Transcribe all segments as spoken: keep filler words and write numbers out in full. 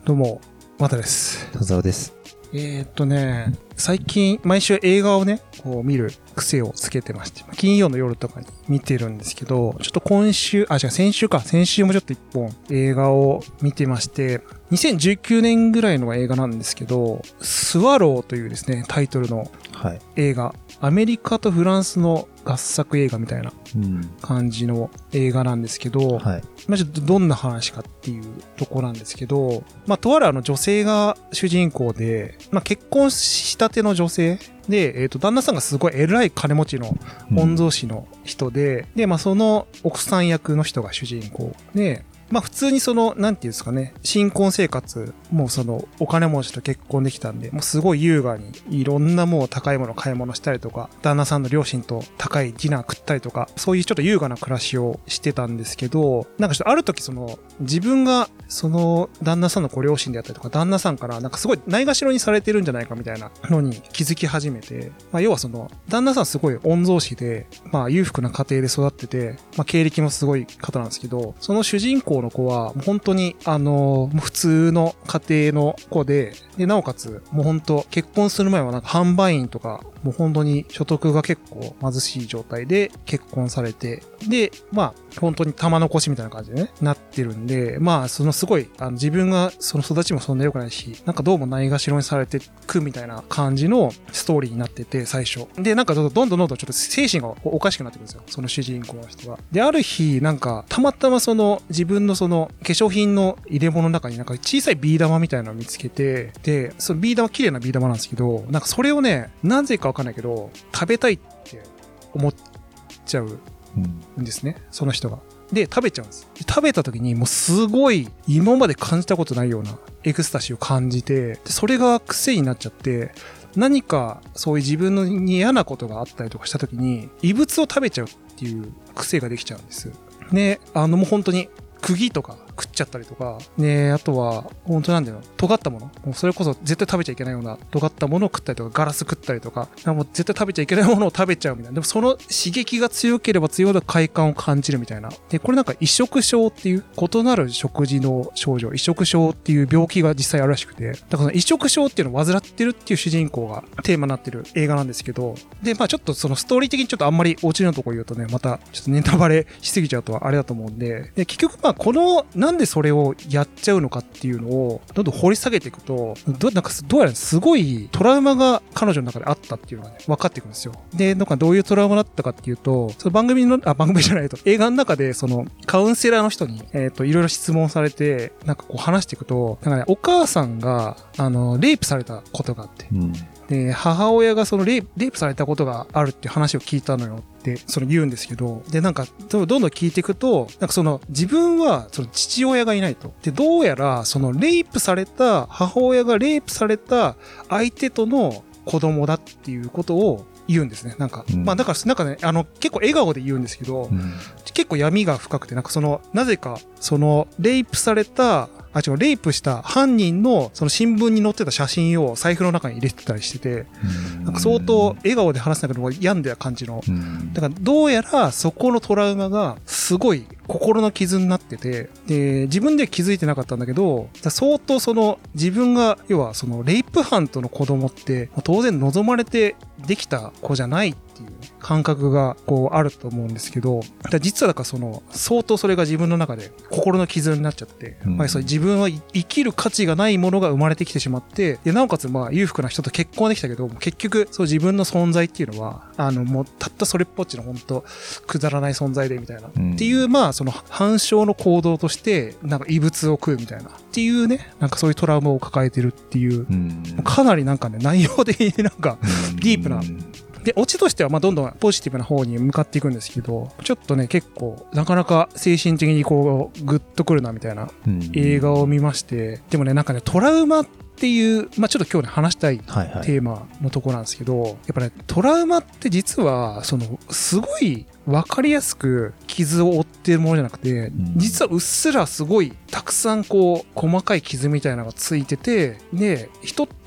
どうも、またです。 田沢です。 えーっとね、最近毎週映画をね、こう見る癖をつけてまして、金曜の夜とかに見てるんですけど、ちょっと今週、あ、違う、先週か、先週もちょっと一本映画を見てまして、にせんじゅうきゅうねんぐらいの映画なんですけど、スワローというですね、タイトルの映画、はい、アメリカとフランスの合作映画みたいな感じの映画なんですけど、うんはい、まあちょっとどんな話かっていうとこなんですけど、まあとあるあの女性が主人公で、まあ結婚したての女性で、えっと、旦那さんがすごい偉い金持ちの御曹司の人で、うん、で、まあその奥さん役の人が主人公で、まあ普通にその、なんていうんですかね、新婚生活、もうそのお金持ちと結婚できたんで、もうすごい優雅にいろんなもう高いもの買い物したりとか、旦那さんの両親と高いディナー食ったりとか、そういうちょっと優雅な暮らしをしてたんですけど、なんかちょっとある時その、自分がその旦那さんのご両親であったりとか、旦那さんからなんかすごいないがしろにされてるんじゃないかみたいなのに気づき始めて、まあ要はその、旦那さんすごい御曹司で、まあ裕福な家庭で育ってて、まあ経歴もすごい方なんですけど、その主人公の子はもう本当にあの普通の家庭の子で、でなおかつもう本当結婚する前はなんか販売員とかもう本当に所得が結構貧しい状態で結婚されて、でまあ本当に玉残しみたいな感じでねなってるんで、まあそのすごいあの自分がその育ちもそんな良くないし、なんかどうもないがしろにされてくみたいな感じのストーリーになってて、最初でなんかどんどんどんどんちょっと精神がおかしくなってくるんですよ、その主人公の人が。である日なんかたまたまその自分のその化粧品の入れ物の中になんか小さいビー玉みたいなのを見つけて、でそのビー玉綺麗なビー玉なんですけど、なんかそれをねなぜかわかんないけど食べたいって思っちゃうんですね、うん、その人が。で食べちゃうんです。食べた時にもうすごい今まで感じたことないようなエクスタシーを感じて、でそれが癖になっちゃって、何かそういう自分の嫌なことがあったりとかした時に異物を食べちゃうっていう癖ができちゃうんです。であのもう本当に釘とか食っちゃったりとかね、あとは本当なんだよ、尖ったもの、もうそれこそ絶対食べちゃいけないような尖ったものを食ったりとか、ガラス食ったりとか、もう絶対食べちゃいけないものを食べちゃうみたいな。でもその刺激が強ければ強いほど快感を感じるみたいな。でこれなんか移植症っていう異なる食事の症状、移植症っていう病気が実際あるらしくて、だからその移植症っていうのを患ってるっていう主人公がテーマになってる映画なんですけど、でまあちょっとそのストーリー的にちょっとあんまりオチのとこ言うとね、またちょっとネタバレしすぎちゃうとあれだと思うんで、で結局まあこのなんでそれをやっちゃうのかっていうのをどんどん掘り下げていくと、どなんかどうやらすごいトラウマが彼女の中であったっていうのがね分かっていくんですよ。でなんかどういうトラウマだったかっていうと、その番組のあ番組じゃないと映画の中でそのカウンセラーの人にえっといろいろ質問されて、なんかこう話していくと、なんかねお母さんがあのレイプされたことがあって、うん、で母親がそのレイプ、レイプされたことがあるっていう話を聞いたのよってその言うんですけど、でなんかどんどん聞いていくと、なんかその自分はその父親がいないと、でどうやらそのレイプされた母親がレイプされた相手との子供だっていうことを言うんですね。なんか、うん、まあだからなんかね、あの結構笑顔で言うんですけど、うん、結構闇が深くて、なんかそのなぜかそのレイプされたあ、違う、レイプした犯人のその新聞に載ってた写真を財布の中に入れてたりしてて、なんか相当笑顔で話すんだけど病んでた感じの、だからどうやらそこのトラウマがすごい心の傷になってて、で自分では気づいてなかったんだけど、相当その自分が要はそのレイプ犯との子供って当然望まれてできた子じゃないっていう感覚がこうあると思うんですけど、実はだからその相当それが自分の中で心の傷になっちゃって、うん、まあ、それ自分は生きる価値がないものが生まれてきてしまって、でなおかつまあ裕福な人と結婚できたけど、結局そう自分の存在っていうのはあのもうたったそれっぽっちの本当くだらない存在でみたいな、うん、っていうまあその反証の行動としてなんか異物を食うみたいなっていうね、なんかそういうトラウマを抱えてるっていう、うん、かなりなんかね内容的になんかディープな、でオチとしてはまあどんどんポジティブな方に向かっていくんですけど、ちょっとね結構なかなか精神的にこうグッとくるなみたいな映画を見まして、でもねなんかねトラウマっていう、まあ、ちょっと今日ね話したいテーマのところなんですけど、はいはい、やっぱねトラウマって実はそのすごい分かりやすく傷を負ってるものじゃなくて、実はうっすらすごいたくさんこう細かい傷みたいなのがついてて、で人って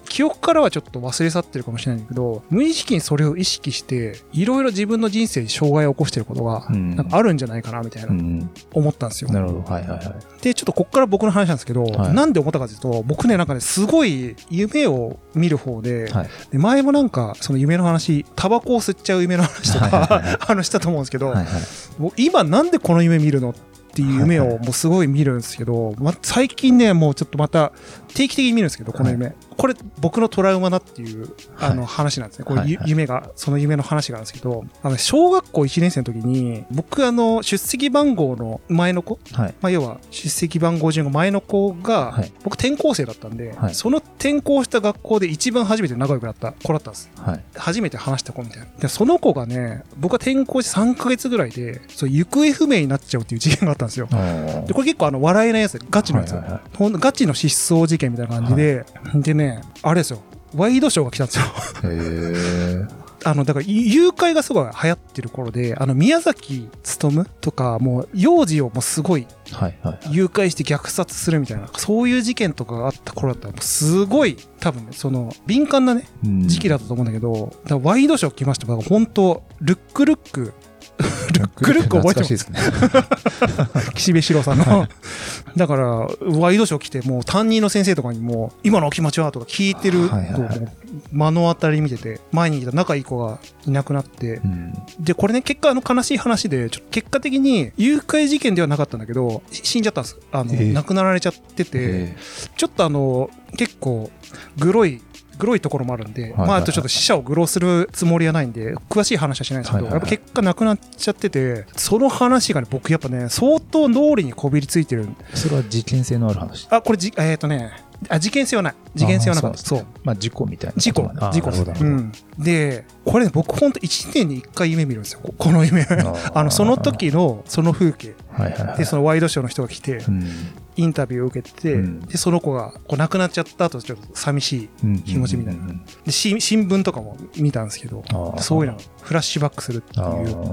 記憶からはちょっと忘れ去ってるかもしれないんだけど、無意識にそれを意識していろいろ自分の人生に障害を起こしてることがなんかあるんじゃないかなみたいな思ったんですよ、 うん、なるほど、はいはいはい。 でちょっとこっから僕の話なんですけど、 はい、 なんで思ったかというと、僕ねなんかねすごい夢を見る方で、 はい、 で前もなんかその夢の話、タバコを吸っちゃう夢の話とか、はいはいはい、あのしたと思うんですけど、はいはい、もう今なんでこの夢見るのっていう夢をもうすごい見るんですけど、ま、最近ねもうちょっとまた定期的に見るんですけど、この夢、はい、これ僕のトラウマだっていうあの話なんですね、はい、こういう夢がその夢の話があるんですけど、あの小学校いちねん生の時に僕あの出席番号の前の子、はい、まあ、要は出席番号順が前の子が、はい、僕転校生だったんで、はい、その転校した学校で一番初めて仲良くなった子だったんです、はい、初めて話した子みたいな。でその子がね、僕が転校してさんかげつぐらいでそう行方不明になっちゃうっていう事件があったんですよ。でこれ結構あの笑えないやつでガチのやつ、はいはいはい、ほんガチの失踪事件みたいな感じで、はい、でねあれですよ、ワイドショーが来たんですよ。へあのだから誘拐がすごい流行ってる頃で、あの宮崎勉とかもう幼児をもうすごい誘拐して虐殺するみたいな、そういう事件とかがあった頃だったらもうすごい多分ねその敏感なね時期だったと思うんだけど、だからワイドショー来ました。本当ルックルックルックルック覚えてます。岸辺四郎さんのだからワイドショー来て、もう担任の先生とかにも今のお気持ちはとか聞いてると、目の当たり見てて、前にいた仲いい子がいなくなって、うん、でこれね結果あの悲しい話で、ちょっと結果的に誘拐事件ではなかったんだけど死んじゃったんです。あの、えー、亡くなられちゃってて、えー、ちょっとあの結構グロいグロいところもあるんで、はいはいはい、まああとちょっと死者をグロするつもりはないんで詳しい話はしないんですけど、はいはいはい、やっぱ結果なくなっちゃってて、その話がね僕やっぱね相当脳裏にこびりついてる。 それは事件性のある話？ あ、これじえっ、ー、とねあ事件性はない。事件性はなかった。そう。 まあ事故みたいな。 事故。事故。うん。で、これ、ね、僕本当いちねんにいっかい夢見るんですよ。この夢。あのその時のその風景。はいはいはい、でそのワイドショーの人が来て、うん、インタビューを受けて、うん、でその子がこう亡くなっちゃった後ちょっと寂しい気持ちみたいな。うんうんうん、で新聞とかも見たんですけど、そういうのフラッシュバックするっていう。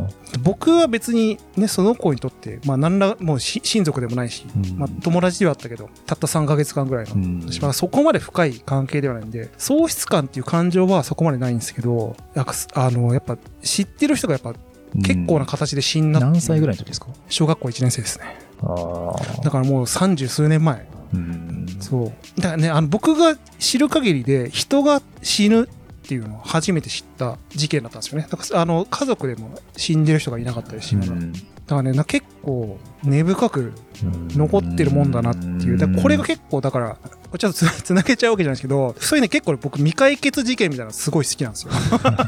僕は別にねその子にとってまあ何らもう親族でもないし、うんまあ、友達ではあったけどたったさんかげつかんぐらいの、うん、まあ、そこまで深い関係ではないんで喪失感っていう感情はそこまでないんですけど、あのやっぱ知ってる人がやっぱ結構な形で死んだっていう。 何歳ぐらいの時ですか？ 小学校いちねん生ですね。あだからもう三十数年前。うんそうだからね、あの僕が知る限りで人が死ぬっていうのを初めて知った事件だったんですよね。だからあの家族でも死んでる人がいなかったりし、うん、だからね結構根深く残ってるもんだなっていう。だからこれが結構だからちょっと つ, つなげちゃうわけじゃないですけど、そういうね結構僕未解決事件みたいなのすごい好きなんですよ。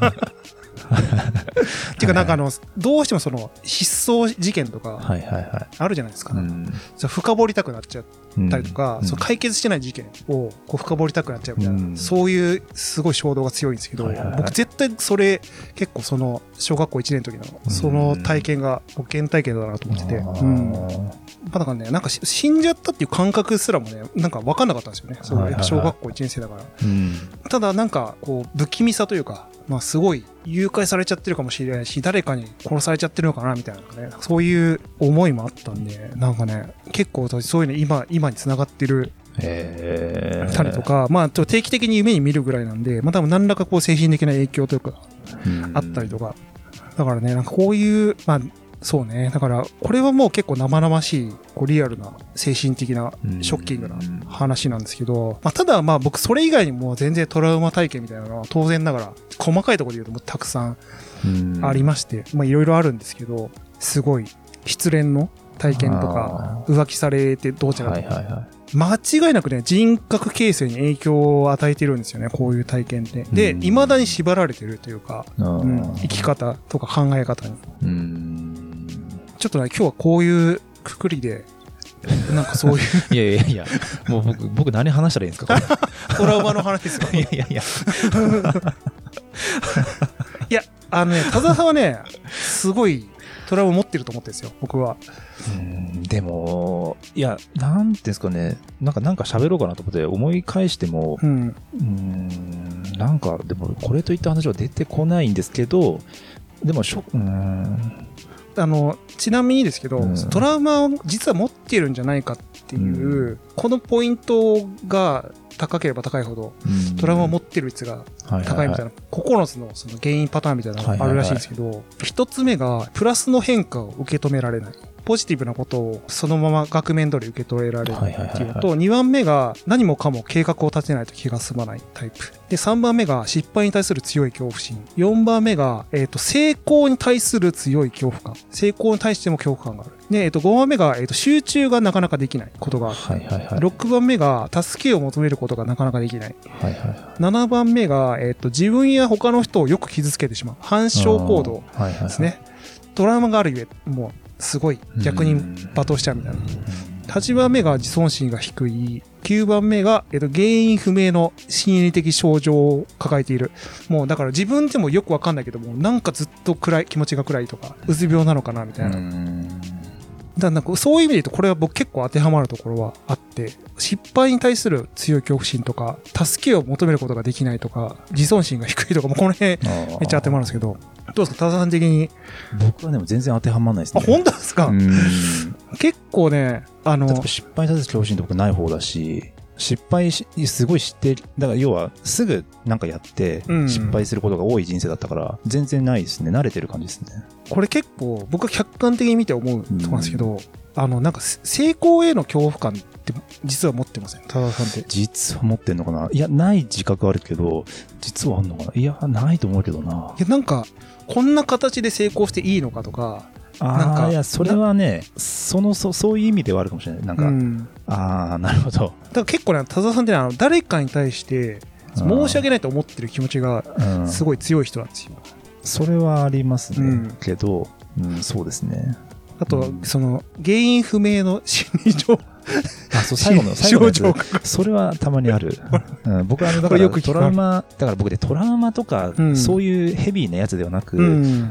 っていうかなんかあのどうしてもその失踪事件とかあるじゃないですか、はいはいはい、うん、深掘りたくなっちゃったりとか、うん、その解決してない事件をこう深掘りたくなっちゃうみたいな、うん、そういうすごい衝動が強いんですけど、はいはいはい、僕絶対それ結構その小学校いちねんの時のその体験が僕原体験だなと思ってて、うん、まあだからねなんか死んじゃったっていう感覚すらもねなんか分かんなかったんですよね、そうやっぱ小学校いちねん生だから、うん、ただなんかこう不気味さというか、まあ、すごい誘拐されちゃってるかもしれないし誰かに殺されちゃってるのかなみたいな、ね、そういう思いもあったんで、なんかね結構そういうの今今に繋がってるたりとか、まあ定期的に夢に見るぐらいなんで、まあ多分何らかこう精神的な影響というかあったりとか、だからねなんかこういうまあそうね、だからこれはもう結構生々しいこうリアルな精神的なショッキングな話なんですけど、まあ、ただまあ僕それ以外にも全然トラウマ体験みたいなのは当然ながら細かいところで言うともうたくさんありまして、まあいろいろあるんですけど、すごい失恋の体験とか浮気されてどうちゃらとか、はいはいはい、間違いなくね人格形成に影響を与えてるんですよね、こういう体験って。で未だに縛られてるというか、うん、生き方とか考え方に、うん、ちょっとね今日はこういうくくりでなんかそういういやいやいやもう僕僕何話したらいいんですかこれトラウマの話ですよ。 いやいやいやいやあのね田沢さんはねすごいトラウマ持ってると思ってるんですよ僕は。 うんでもいやなんていうんですかね、なんかなんか喋ろうかなと思って思い返しても、うん、うーんなんかでもこれといった話は出てこないんですけど、でもしょうーんあのちなみにですけど、うん、トラウマを実は持っているんじゃないかっていう、うん、このポイントが高ければ高いほどトラウマを持ってる率が高いみたいなここのつのその原因パターンみたいなのがあるらしいんですけど、一つ目がプラスの変化を受け止められない、ポジティブなことをそのまま額面通り受け取れられないっていうのと、にばんめが何もかも計画を立てないと気が済まないタイプで、さんばんめが失敗に対する強い恐怖心、よんばんめが、えー、と成功に対する強い恐怖感、成功に対しても恐怖感があるで、えー、とごばんめが、えー、と集中がなかなかできないことがある、はいはいはい、ろくばんめが助けを求めることがなかなかできない、はいはいはい、ななばんめが、えー、と自分や他の人をよく傷つけてしまう反証行動ですね、はいはいはい、トラウマがあるゆえもうすごい逆に罵倒しちゃうみたいな。はちばんめが自尊心が低い。きゅうばんめが、えっと、原因不明の心理的症状を抱えている。もうだから自分でもよくわかんないけども、なんかずっと暗い、気持ちが暗いとか、うつ病なのかなみたいな。だからなんかそういう意味で言うと、これは僕結構当てはまるところはあって、失敗に対する強い恐怖心とか、助けを求めることができないとか、自尊心が低いとか、もうこの辺めっちゃ当てはまるんですけど、どうですか、多田さん的に。 僕はでも全然当てはまらないですね。 あ、本当ですか？うん、結構ね、あの、 失敗に対する恐怖心って僕ない方だし、失敗しすごい知ってる、だから要はすぐなんかやって失敗することが多い人生だったから、全然ないですね。慣れてる感じですね。 これ結構僕は客観的に見て思うと思うんですけど、うん、あのなんか成功への恐怖感って実は持ってません？多田さんって。実は持ってんのかな。いや、ない自覚あるけど、実はあんのかな。いや、ないと思うけどな。 いや、なんかこんな形で成功していいのかとか。 なんかいや、それはね、その そ, そういう意味ではあるかもしれない。なんか、うん、ああ、なるほど。だから結構ね、田澤さんってね、あの誰かに対して申し訳ないと思ってる気持ちがすごい強い人なんですよ。 うん、それはありますね。うん、けど、うん、そうですね。 あと、うん、その原因不明の心理上あ、そう、最後の最後のやつそれはたまにある。うん、僕はあのだからトラウマだから僕でトラウマとか、うん、そういうヘビーなやつではなく。うん、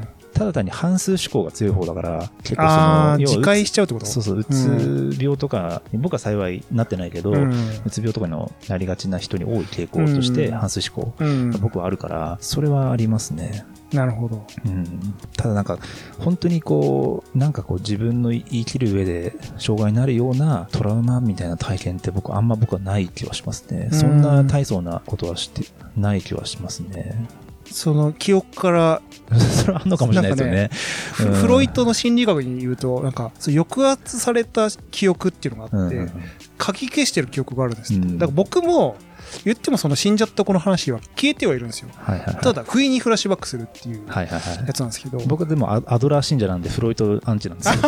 ただ単に反数思考が強い方だから結構その自戒しちゃうってこと？ そうそう、うつ病とか、うん、僕は幸いなってないけど、うん、うつ病とかのなりがちな人に多い傾向として反数思考、うん、僕はあるからそれはありますね。 なるほど、 うん、ただなんか本当にこうなんかこう自分の生きる上で障害になるようなトラウマみたいな体験って僕あんま僕はない気はしますね。そんな大層なことはしてない気はしますね。 その記憶からそれはあんのかもしれないですよね。ね、 うん、フロイトの心理学に言うとなんかそう抑圧された記憶っていうのがあって、うんうんうん、書き消してる記憶があるんですって、うん、だから僕も言ってもその死んじゃった子の話は消えてはいるんですよ、はいはいはい、ただ不意にフラッシュバックするっていうやつなんですけど、はいはいはい、 僕でもアドラー信者なんでフロイトアンチなんですよ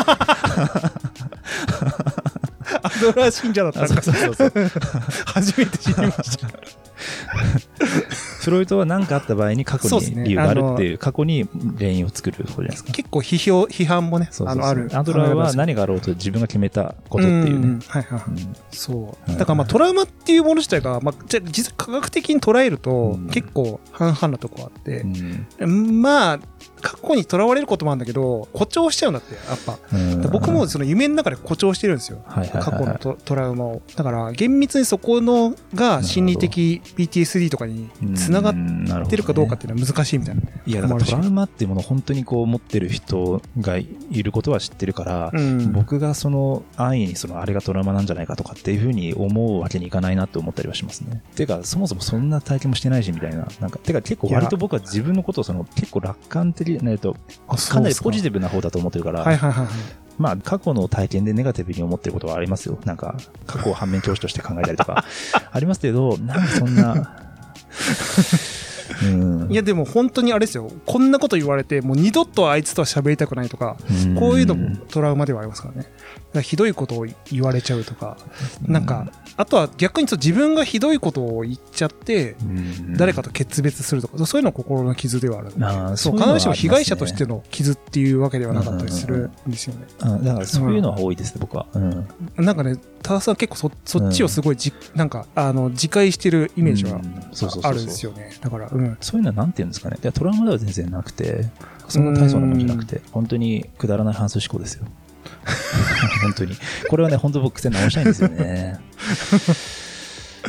アドラー信者だったんか。そうそうそう初めて知りましたフロイトは何かあった場合に過去に理由があるっていう、過去に原因を作るところじゃないですか。 結構批評批判もね、そうそうそう、あのある。 アドラーは何があろうと自分が決めたことっていうね。うん、はいはいはい、うん、 そう。だからまあトラウマっていうもの自体が、まあ、じゃ実は科学的に捉えると結構半々なとこあって、うん、まあ過去にとらわれることもあるんだけど誇張しちゃうんだってやっぱ、僕もその夢の中で誇張してるんですよ、はいはいはいはい、過去の ト, トラウマを。だから厳密にそこのが心理的 ピーティーエスディー とかにつながってるかどうかっていうのは難しいみたいな、ね、 いやだからトラウマっていうものを本当にこう持ってる人がいることは知ってるから、うん、僕がその安易にそのあれがトラウマなんじゃないかとかっていうふうに思うわけにいかないなって思ったりはしますね。てかそもそもそんな体験もしてないしみたいな、なんかてか結構割と僕は自分のことをその結構楽観的なとかなりポジティブな方だと思ってるから、はいはいはいはい、まあ過去の体験でネガティブに思ってることはありますよ。なんか過去を反面教師として考えたりとかありますけど、なんかそんなうん、いやでも本当にあれですよ、こんなこと言われてもう二度とあいつとは喋りたくないとか、こういうのもトラウマではありますからね。だからひどいことを言われちゃうとか、なんかあとは逆に自分がひどいことを言っちゃって誰かと決別するとか、そういうのは心の傷ではあるので、そう必ずしも被害者としての傷っていうわけではなかったりするんですよね。 だからそういうのは多いですね、僕は。うん、 なんかね、多田さん結構 そ, そっちをすごいじ、うん、なんかあの自戒してるイメージはあるんですよね。だから、うん、 そういうのはなんていうんですかね。トラウマでは全然なくて、そんな大層なものじゃなくて、本当にくだらない反数思考ですよ。本当にこれはね、本当僕癖直したいんですよね。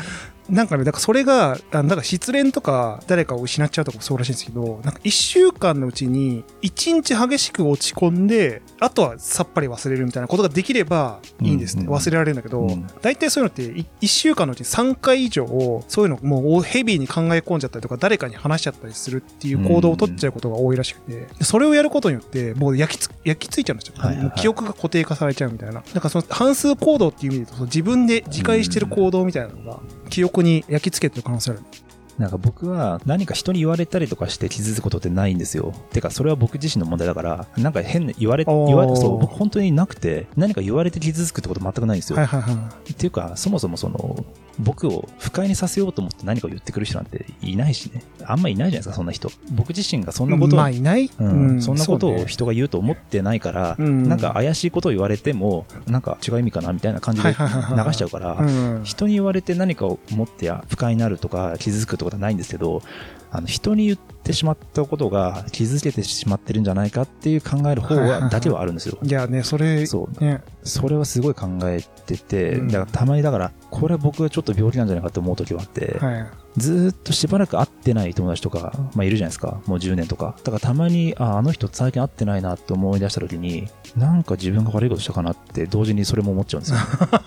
なんかね、だからそれが、あのだから失恋とか誰かを失っちゃうとかもそうらしいんですけど、なんか一週間のうちに一日激しく落ち込んで、あとはさっぱり忘れるみたいなことができればいいんですね。 うんうん、 忘れられるんだけど、 うん、 大体そういうのって一週間のうちにさんかい以上、そういうのもうヘビーに考え込んじゃったりとか、誰かに話しちゃったりするっていう行動を取っちゃうことが多いらしくて、それをやることによって、もう焼きつ、焼きついちゃうんですよ。はいはいはい、記憶が固定化されちゃうみたいな。だからその反数行動っていう意味で言うと、自分で自戒してる行動みたいなのが、記憶に焼き付けてる可能性ある。 なんか僕は何か人に言われたりとかして傷つくことってないんですよ。てかそれは僕自身の問題だから、なんか変な言われ、言われ、そう、僕本当になくて、何か言われて傷つくってこと全くないんですよ。はいはいはい。っていうか、そもそもその、僕を不快にさせようと思って何かを言ってくる人なんていないしね。あんまいないじゃないですか、そんな人。僕自身がそんなことを、 まあいない、 うんうん、そんなことを人が言うと思ってないから、うん、なんか怪しいことを言われても、なんか違う意味かなみたいな感じで流しちゃうから、人に言われて何かを思って不快になるとか傷つくってことはないんですけど、あの人に言ってしまったことが傷つけてしまってるんじゃないかっていう考える方はだけはあるんですよ。 いやね、それ、 そうね、 それはすごい考えてて、うん、だからたまにだからこれは僕はちょっと病気なんじゃないかと思う時はあって、はい、ずーっとしばらく会ってない友達とか、まあ、いるじゃないですか、もうじゅうねんとか。だからたまにああの人最近会ってないなって思い出した時に、なんか自分が悪いことしたかなって同時にそれも思っちゃうんですよ。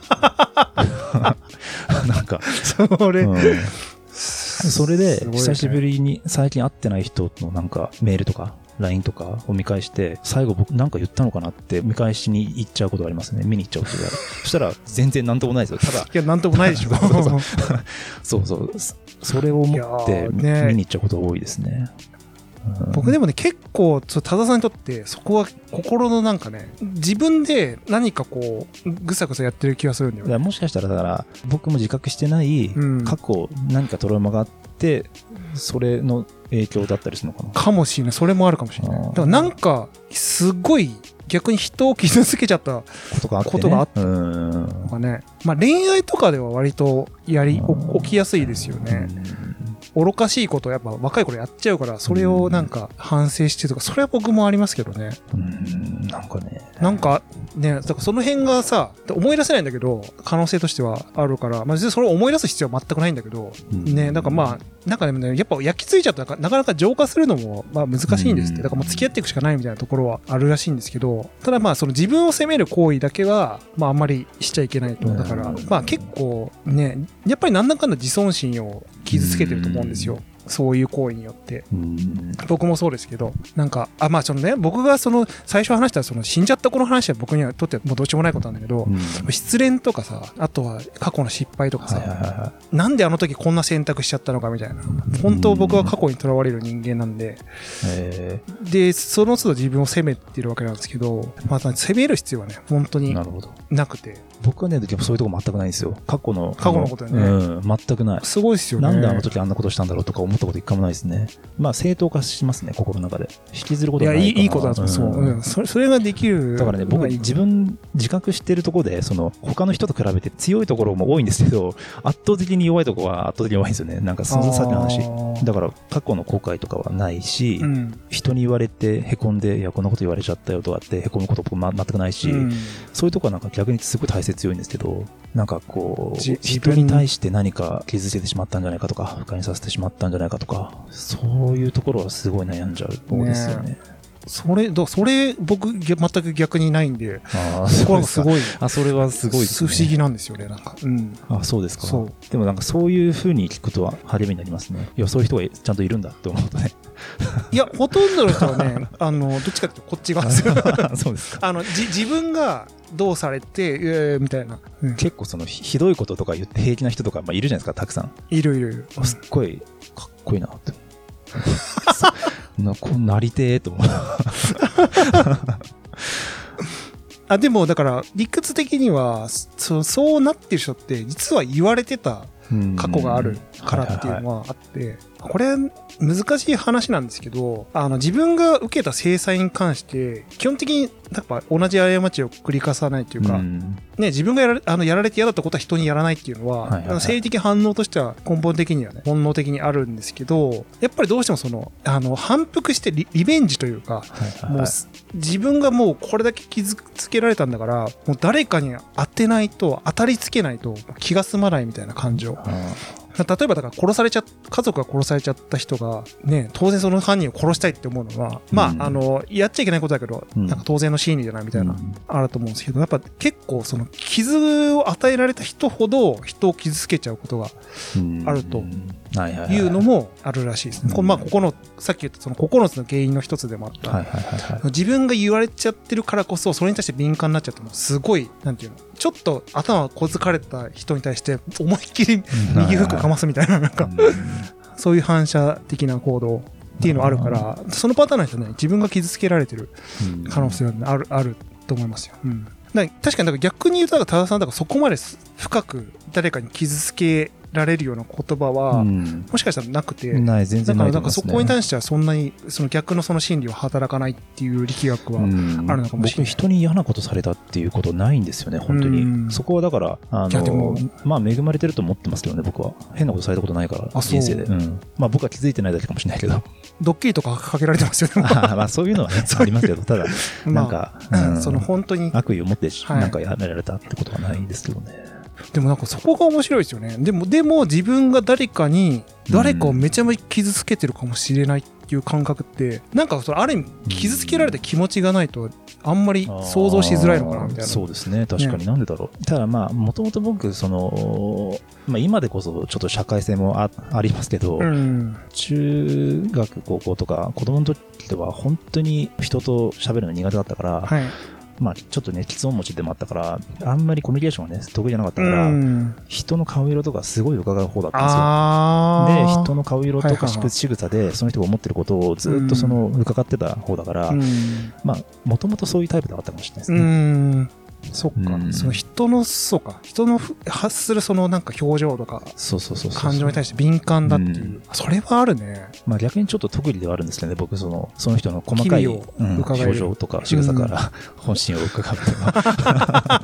なんかそれ、うん、 それで久しぶりに最近会ってない人のなんかメールとか ライン とかを見返して、最後僕なんか言ったのかなって見返しに行っちゃうことがありますね。見に行っちゃうことがある。そしたら全然なんともないですよ。ただ、いや、なんともないでしょ。 そうそう。それを思って見に行っちゃうことが多いですね。 うん、僕でもね、結構多田さんにとってそこは心のなんかね、自分で何かこうぐさぐさやってる気がするんだよね。 いや、もしかしたらだから僕も自覚してない過去何かトラウマがあって、うん、それの影響だったりするのかな。 かもしれない。それもあるかもしれない。だからなんかすごい逆に人を傷つけちゃったことがあって、ね、ことがあったとかね。まあ恋愛とかでは割とやり起きやすいですよね。愚かしいことをやっぱ若い頃やっちゃうから、それをなんか反省してとか、それは僕もありますけどね。 うん、なんかね。 なんかね、だからその辺がさ、思い出せないんだけど、可能性としてはあるから、まあ、それを思い出す必要は全くないんだけど、うん、ね、なんかまあ、なんかね、やっぱ焼き付いちゃったらなかなか浄化するのもまあ難しいんですって。だからもう付き合っていくしかないみたいなところはあるらしいんですけど、ただまあその自分を責める行為だけは、まああんまりしちゃいけないと。だから、まあ結構ね、やっぱりなんだかんだ自尊心を傷つけてると思うんですよ。そういう行為によって。僕もそうですけど、なんか、あ、まあそのね、僕がその最初話したその死んじゃった子の話は僕にはとってはもうどうしようもないことなんだけど、うん、失恋とかさ、あとは過去の失敗とかさ、はいはいはい、なんであの時こんな選択しちゃったのかみたいな。本当僕は過去にとらわれる人間なんで、うん、で、その都度自分を責めてるわけなんですけど、まあ責める必要はね、本当になくて。 僕はね、でもそういうとこ全くないんですよ。過去の。 過去のことね。 うん、全くない。 すごいですよね。 なんであの時あんなことしたんだろうとか思ったこと一回もないですね。まあ正当化しますね、心の中で。引きずることがないかな。 いや、いい、いいことだと思う。そう。うん。それ、それができる。 だからね、僕自分、自覚してるところで、その、他の人と比べて強いところも多いんですけど、圧倒的に弱いところは圧倒的に弱いんですよね。なんかその先の話。だから過去の後悔とかはないし、うん、人に言われて凹んで、いや、こんなこと言われちゃったよとかって凹むことも全くないし、うん、そういうとこはなんか逆にすごい大切強いんですけど、なんかこう、人に対して何か傷つけてしまったんじゃないかとか、不快にさせてしまったんじゃないかとか、そういうところはすごい悩んじゃうところですよね。ね、 それ、それ、僕、全く逆にないんで、あそこはすごい。 あ、それはすごいですね。 不思議なんですよね、なんか。うん。 あ、そうですか。 そう。 でもなんかそういう風に聞くとは励みになりますね。いや、そういう人がちゃんといるんだって思うとね。 いや、ほとんどの人はね、あの、どっちかっていうとこっち側ですよ。 そうですか。 あの、じ、自分がどうされて、えー、みたいな、 うん。結構その、ひどいこととか言って平気な人とか、まあ、いるじゃないですか、たくさん。 いるいるいる。 すっごい、かっこいいなって。な、こうなりてーと思う。 あ、でもだから理屈的にはそそうなってる人って実は言われてた過去があるからっていうのはあって、これ難しい話なんですけど、あの自分が受けた制裁に関して基本的にやっぱ同じ過ちを繰り返さないというか、ね、自分がやられ、あのやられて嫌だったことは人にやらないっていうのは、はいはいはい、あの生理的反応としては根本的にはね、本能的にあるんですけど、やっぱりどうしてもその、あの反復してリ、リベンジというか、はいはいはい、もう自分がもうこれだけ傷つけられたんだから、もう誰かに当てないと、当たりつけないと気が済まないみたいな感情。 例えばだから殺されちゃ家族が殺されちゃった人がね、当然その犯人を殺したいって思うのは、まあ、うん、あのやっちゃいけないことだけど、うん、なんか当然の心理じゃないみたいな、うん、あると思うんですけど、やっぱ結構その傷を与えられた人ほど人を傷つけちゃうことがあるというのもあるらしいですね。うん、まあここのさっき言ったそのここのつの原因の一つでもあった、はいはいはいはい、自分が言われちゃってるからこそそれに対して敏感になっちゃってもすごいなんていうの、ちょっと頭小づかれた人に対して思いっきり右フックかますみたいな、なんかそういう反射的な行動っていうのあるから、そのパターンの人ね、自分が傷つけられてる可能性は、ね、あるあると思いますよ。うん、だ確かにだから逆に言うと多田さんだからそこまで深く誰かに傷つけられるような言葉は、うん、もしかしたらなくて、 ない全然ないと思いますね。だからなんかそこに対してはそんなにその逆のその心理は働かないっていう力学はあるのかもしれない。 僕人に嫌なことされたっていうことないんですよね本当に。うん、そこはだからあのまあ恵まれてると思ってますけどね僕は。変なことされたことないから人生で。うん、まあ僕は気づいてないだけかもしれないけど。 ドッキリとかかけられてますよね。 あまあそういうのはねありますけど、ただなんか、 まあうん、その本当に悪意を持ってなんかやめられたってことはないんですけどね。 でもなんかそこが面白いですよね。でもでも自分が誰かに誰かをめちゃめちゃ傷つけてるかもしれないっていう感覚って、なんかそれある意味傷つけられた気持ちがないとあんまり想像しづらいのかなみたいな。 そうですね、確かに。なんでだろう、ね、ただまあもともと僕その、まあ、今でこそちょっと社会性も あ, ありますけど、うん、中学高校とか子供の時では本当に人と喋るの苦手だったから、はい、まあ、ちょっとね、喫音持ちでもあったから、あんまりコミュニケーションがね、得意じゃなかったから、うん、人の顔色とかすごい伺う方だったんですよ。で、人の顔色とか仕草で、その人が思ってることをずっとその、伺ってた方だから、うん、まあ、もともとそういうタイプではあったかもしれないですね。うんそっか、うん、その人のそうか人の発するそのなんか表情とか感情に対して敏感だっていう、うん、それはあるね。 まあ逆にちょっと特技ではあるんですけどね、僕そのその人の細かい、うん、表情とか仕草から本心を伺うとか、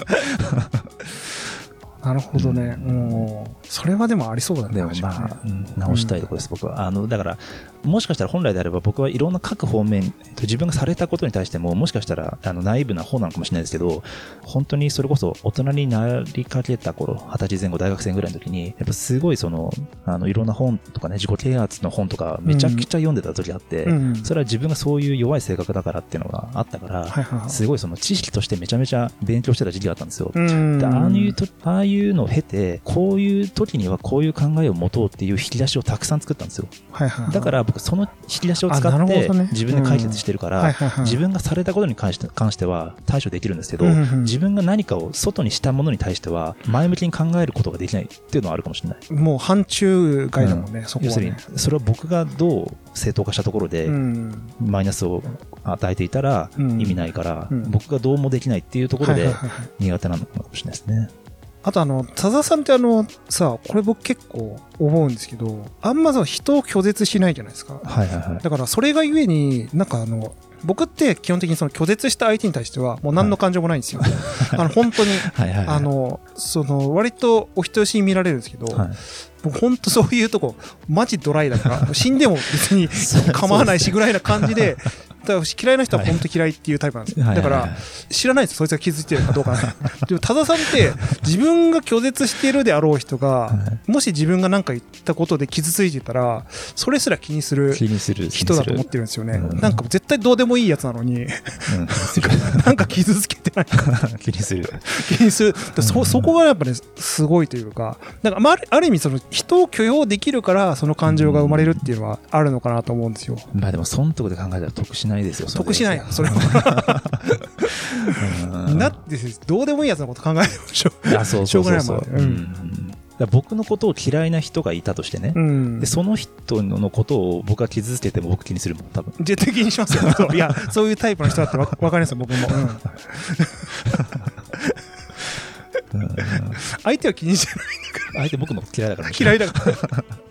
なるほどね、うん、もうそれはでもありそうだね。 でもまあ、うん、直したいところです、うん、僕は。あのだからもしかしたら本来であれば僕はいろんな各方面自分がされたことに対してももしかしたらあのナイーブな方なのかもしれないですけど、本当にそれこそ大人になりかけた頃、はたちぜん後大学生ぐらいの時にやっぱすごいそのあのいろんな本とかね、自己啓発の本とかめちゃくちゃ読んでた時があって、うん、それは自分がそういう弱い性格だからっていうのがあったから、はいはいはい、すごいその知識としてめちゃめちゃ勉強してた時期があったんですよ。うん、でああいうとああいうのを経てこういう時にはこういう考えを持とうっていう引き出しをたくさん作ったんですよ。はいはいはい、だから僕その引き出しを使って自分で解決してるから、自分がされたことに関して関しては対処できるんですけど、うんうん、自分が何かを外にしたものに対しては前向きに考えることができないっていうのはあるかもしれない。 もう範疇外だもんね、うん、そこはね。要するにそれは僕がどう正当化したところでマイナスを与えていたら意味ないから、うんうん、僕がどうもできないっていうところで苦手なのかもしれないですね。 あとあの田澤さんってあのさ、これ僕結構思うんですけど、あんまその人を拒絶しないじゃないですか。はいはいはい。だからそれがゆえになんかあの僕って基本的にその拒絶した相手に対してはもう何の感情もないんですよ。はい、あの本当にはいはい、はい、あのその割とお人よしに見られるんですけど、はい、僕本当そういうとこマジドライだから死んでも別に構わないしぐらいな感じで。だから嫌いな人は本当嫌いっていうタイプなんですよ。だから知らないですよ、そいつが気づいてるかどうか。でも多田さんって自分が拒絶しているであろう人がもし自分が何か言ったことで傷ついてたらそれすら気にする人だと思ってるんですよね。なんか絶対どうでもいいやつなのになんか傷つけてないか気にする気にする。そそこがやっぱねすごいというか、なんかまあある意味その人を許容できるからその感情が生まれるっていうのはあるのかなと思うんですよ。 まあでもそのところで考えたら得しないですよ。 得しないよそれは。だってどうでもいいやつのこと考えてもしょうがない。しょうがないもんね。 僕のことを嫌いな人がいたとしてね、うん、でその人のことを僕が傷つけても僕気にするもん多分。 絶対気にしますよ。いやそういうタイプの人だって分かりますよ僕も。うん、相手は気にしてないんだから。 相手僕の嫌いだから。 嫌いだから。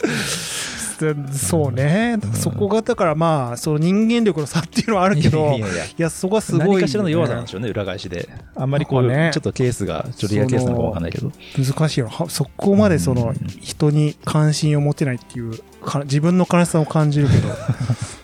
そうね、うん、そこがだからまあその人間力の差っていうのはあるけど、いやいやいや、いやそこはすごい、ね、 何かしらの弱さなんでしょうね、裏返しで。あんまりこう、ね、ちょっとケースがちょっとリアケースなのか分かんないけど難しいよ。そこまでその人に関心を持てないっていうか自分の悲しさを感じるけど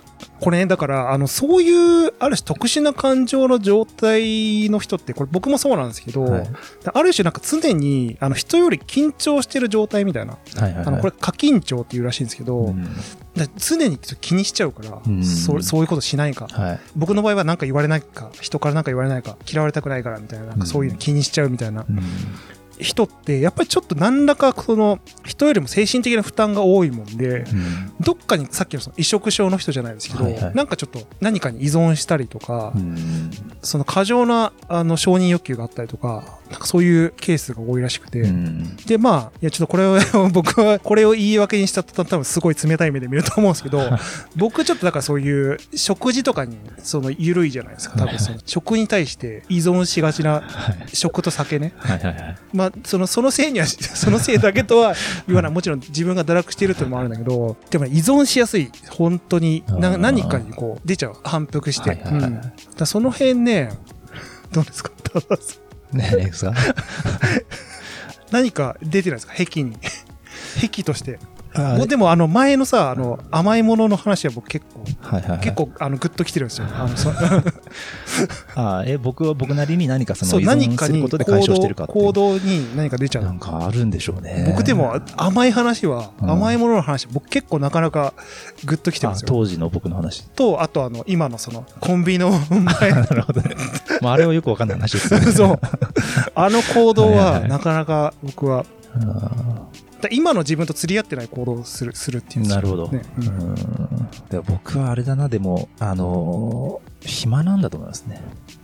これね、だから、あの、そういう、ある種特殊な感情の状態の人って、これ僕もそうなんですけど、はい、ある種なんか常に、あの、人より緊張してる状態みたいな。はいはいはい、あの、これ過緊張っていうらしいんですけど、うん、だ常に気にしちゃうから、うん、そ, そういうことしないか、はい、僕の場合は何か言われないか、人から何か言われないか、嫌われたくないからみたいな、なんかそういうの気にしちゃうみたいな。うんうん、人ってやっぱりちょっと何らかその人よりも精神的な負担が多いもんで、うん、どっかにさっきのその移植症の人じゃないですけど、はいはい、なんかちょっと何かに依存したりとか、うん、その過剰なあの承認欲求があったりとか、なんかそういうケースが多いらしくて、うん、でまあいやちょっとこれを僕はこれを言い訳にしたと多分すごい冷たい目で見ると思うんですけど僕ちょっとだからそういう食事とかにその緩いじゃないですか。多分その食に対して依存しがちな食と酒ね、はいはいはい、まあそのそのせいにはそのせいだけとは言わない。もちろん自分が堕落しているっていうのもあるんだけど、でも依存しやすい、本当にな何かにこう出ちゃう、反復して、はいはいはい、うん、だその辺ね、どうですか多田さん。 ねえですか何か出てないですか、癖に癖として。もうでもあの前のさ、あの甘いものの話は僕結構、はいはいはい、結構あのグッときてるんですよ。あのそあえ僕は僕なりに何かその依存することで解消してるかっていう行動に何か出ちゃう。 なんかあるんでしょうね。 僕でも甘い話は、うん、甘いものの話僕結構なかなかグッときてるんですよ。 当時の僕の話と、あとあの今のそのコンビニの前なるほどね。まああれはよくわかんない話ですよね。 そうあの行動はなかなか僕は今の自分と釣り合ってない行動をする、するっていう、ね。 なるほど。うん、で僕はあれだな、でも、あのー、暇なんだと思いますね。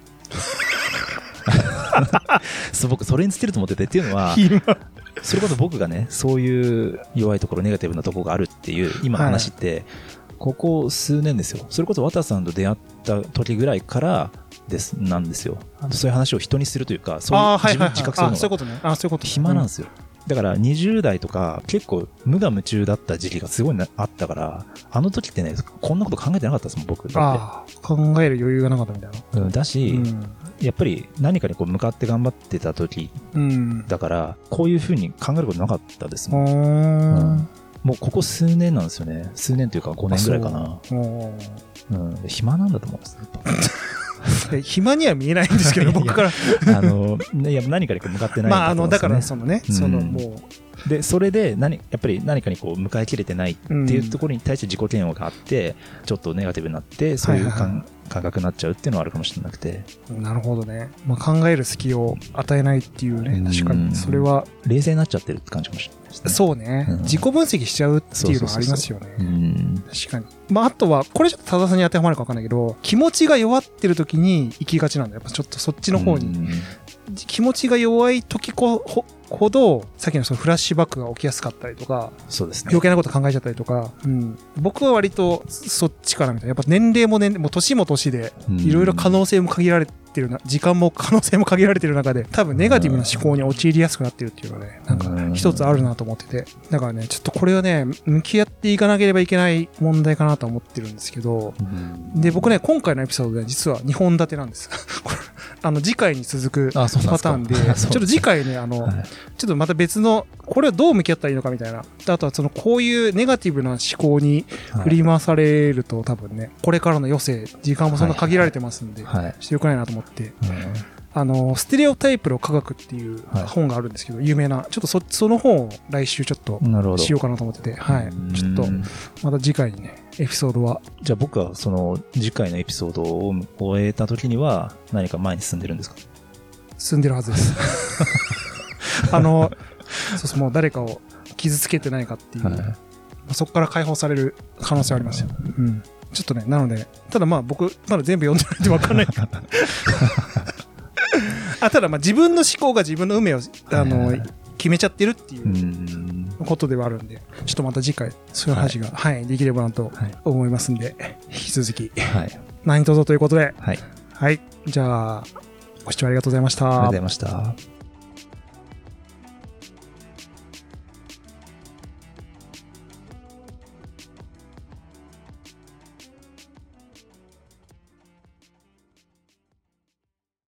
そう僕、それにつけると思ってて、っていうのは、それこそ僕がね、そういう弱いところ、ネガティブなところがあるっていう、今の話って、はい、ここ数年ですよ。それこそ綿さんと出会った時ぐらいからですなんですよ。そういう話を人にするというか、そういう自分に自覚するのが、 そういうことね。あ、そういうこと。 暇なんですよ。うんだからにじゅう代とか結構無我夢中だった時期がすごいあったから、あの時ってね、こんなこと考えてなかったですもん、僕。だってああ、考える余裕がなかったみたいな。 うん、だし、うん、やっぱり何かにこう向かって頑張ってた時だから、こういうふうに考えることなかったですもん。うん、もうここ数年なんですよね。数年というかごねんぐらいかな。うん、暇なんだと思うんですね。 暇には見えないんですけど僕からあのいや何かに向かってない、ね、 まああのだからそのね、うん、そのもうでそれで何やっぱり何かにこう迎えきれてないっていうところに対して自己嫌悪があって、うん、ちょっとネガティブになってそういう感、はいはい、感覚になっちゃうっていうのはあるかもしれなくて。 なるほどね、まあ、考える隙を与えないっていうね、確かにそれは冷静になっちゃってるって感じかもしれないですね。 そうね、うん、自己分析しちゃうっていうのはありますよね。確かに。まああとはこれちょっと多田さんに当てはまるか分かんないけど、気持ちが弱ってる時に行きがちなんだ。やっぱちょっとそっちの方に気持ちが弱い時こほどさっきのそのフラッシュバックが起きやすかったりとか、 そうですね、 余計なこと考えちゃったりとか、うん、僕は割とそっちからみたいな。やっぱ年齢も年齢も年も年でいろいろ可能性も限られてるな、時間も可能性も限られてる中で多分ネガティブな思考に陥りやすくなってるっていうのはね、なんかね一つあるなと思ってて、だからねちょっとこれはね向き合っていかなければいけない問題かなと思ってるんですけど、で僕ね今回のエピソードで実はにほん立てなんですこれあの次回に続くパターンで、ちょっと次回ねあの、はい、ちょっとまた別のこれはどう向き合ったらいいのかみたいな、あとはそのこういうネガティブな思考に振り回されると多分ねこれからの余生時間もそんな限られてますんで、はいはいはい、ちょっとよくないなと思って、うんあのステレオタイプの科学っていう本があるんですけど、はい、有名なちょっと そ, その本を来週ちょっとしようかなと思ってて、はい、ちょっとまた次回にねエピソードはじゃあ僕はその次回のエピソードを終えた時には何か前に進んでるんですか？ 進んでるはずですあのそうそう、もう誰かを傷つけてないかっていう、はい、そこから解放される可能性ありますよ、うん、ちょっとねなのでただまあ僕まだ全部読んでないんで分かんないあただまあ自分の思考が自分の運命をあの決めちゃってるっていうことではあるんで、ちょっとまた次回そういう話が、はいはい、できればなと思いますんで、はい、引き続き、はい、何卒ということで、はい、はい、じゃあご視聴ありがとうございました。 ありがとうございました。